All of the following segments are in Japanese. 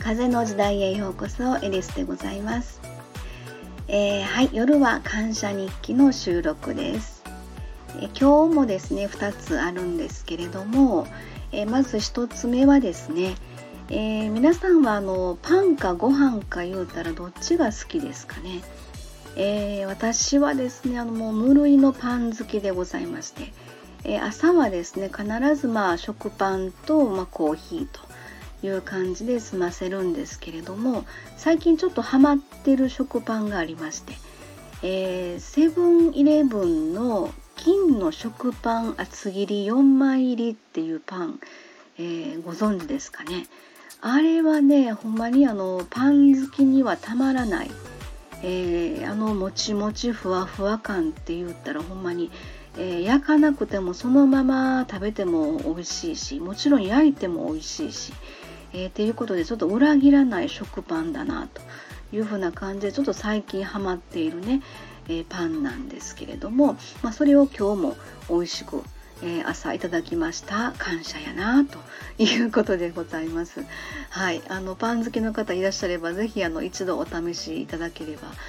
風の時代へようこそ。エリスでございます。はい、夜は感謝日記の収録です。今日もですね2つあるんですけれども、まず1つ目はですね、皆さんはパンかご飯か言うたらどっちが好きですかね。私はですねもう無類のパン好きでございまして、朝はですね必ず食パンと、コーヒーという感じで済ませるんですけれども、最近ちょっとハマってる食パンがありまして、セブンイレブンの金の食パン厚切り4枚入りっていうパン、ご存知ですかね。あれはねほんまにパン好きにはたまらない、もちもちふわふわ感って言ったらほんまに、焼かなくてもそのまま食べても美味しいし、もちろん焼いても美味しいし、っていうことでちょっと裏切らない食パンだなというふうな感じでちょっと最近ハマっているね、パンなんですけれども、それを今日も美味しく、朝いただきました。感謝やなということでございます。はい、パン好きの方いらっしゃればぜひ一度お試しいただければ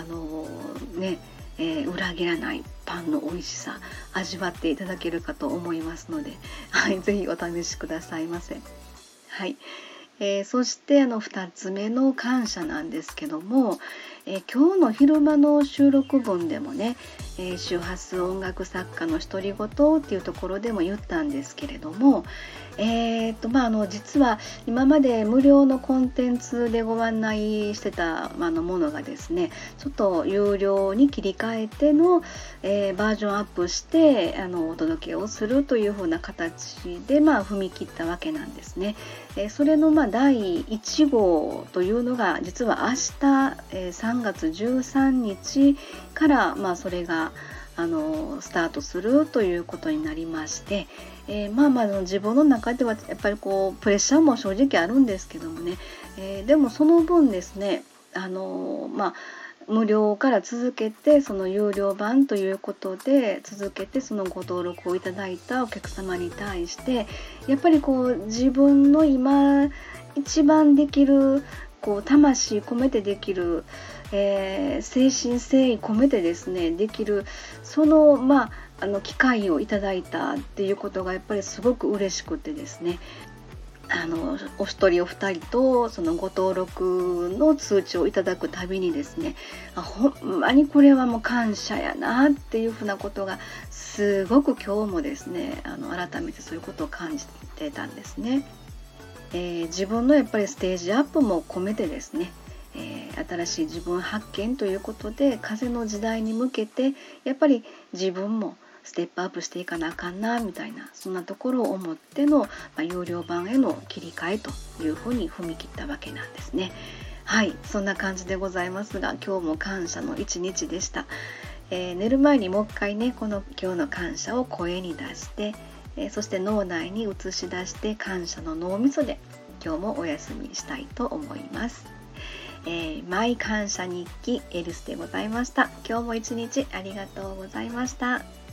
裏切らないパンの美味しさ味わっていただけるかと思いますので、はい、ぜひお試しくださいませ。はい、そして2つ目の感謝なんですけども、今日の昼間の収録分でもね、周波数音楽作家の独り言っていうところでも言ったんですけれども、実は今まで無料のコンテンツでご案内してた、ものがですねちょっと有料に切り替えての、バージョンアップしてお届けをするというふうな形で、踏み切ったわけなんですね。それの第1号というのが実は明日、3月13日から、それがスタートするということになりまして、自分の中ではやっぱりプレッシャーも正直あるんですけどもね、でもその分ですね無料から続けてその有料版ということで続けてそのご登録をいただいたお客様に対してやっぱり自分の今一番できる魂込めてできる、精神誠意込めてですねできるその機会をいただいたっていうことがやっぱりすごく嬉しくてですね、お一人お二人とそのご登録の通知をいただくたびにですねほんまにこれはもう感謝やなっていうふうなことがすごく今日もですね改めてそういうことを感じてたんですね。自分のやっぱりステージアップも込めてですね、新しい自分発見ということで風の時代に向けてやっぱり自分もステップアップしていかなあかんなみたいなそんなところを思っての、有料版への切り替えというふうに踏み切ったわけなんですね。はい、そんな感じでございますが今日も感謝の一日でした。寝る前にもう一回ねこの今日の感謝を声に出してそして脳内に映し出して感謝の脳みそで今日もお休みしたいと思います。マイ感謝日記エリスでございました。今日も一日ありがとうございました。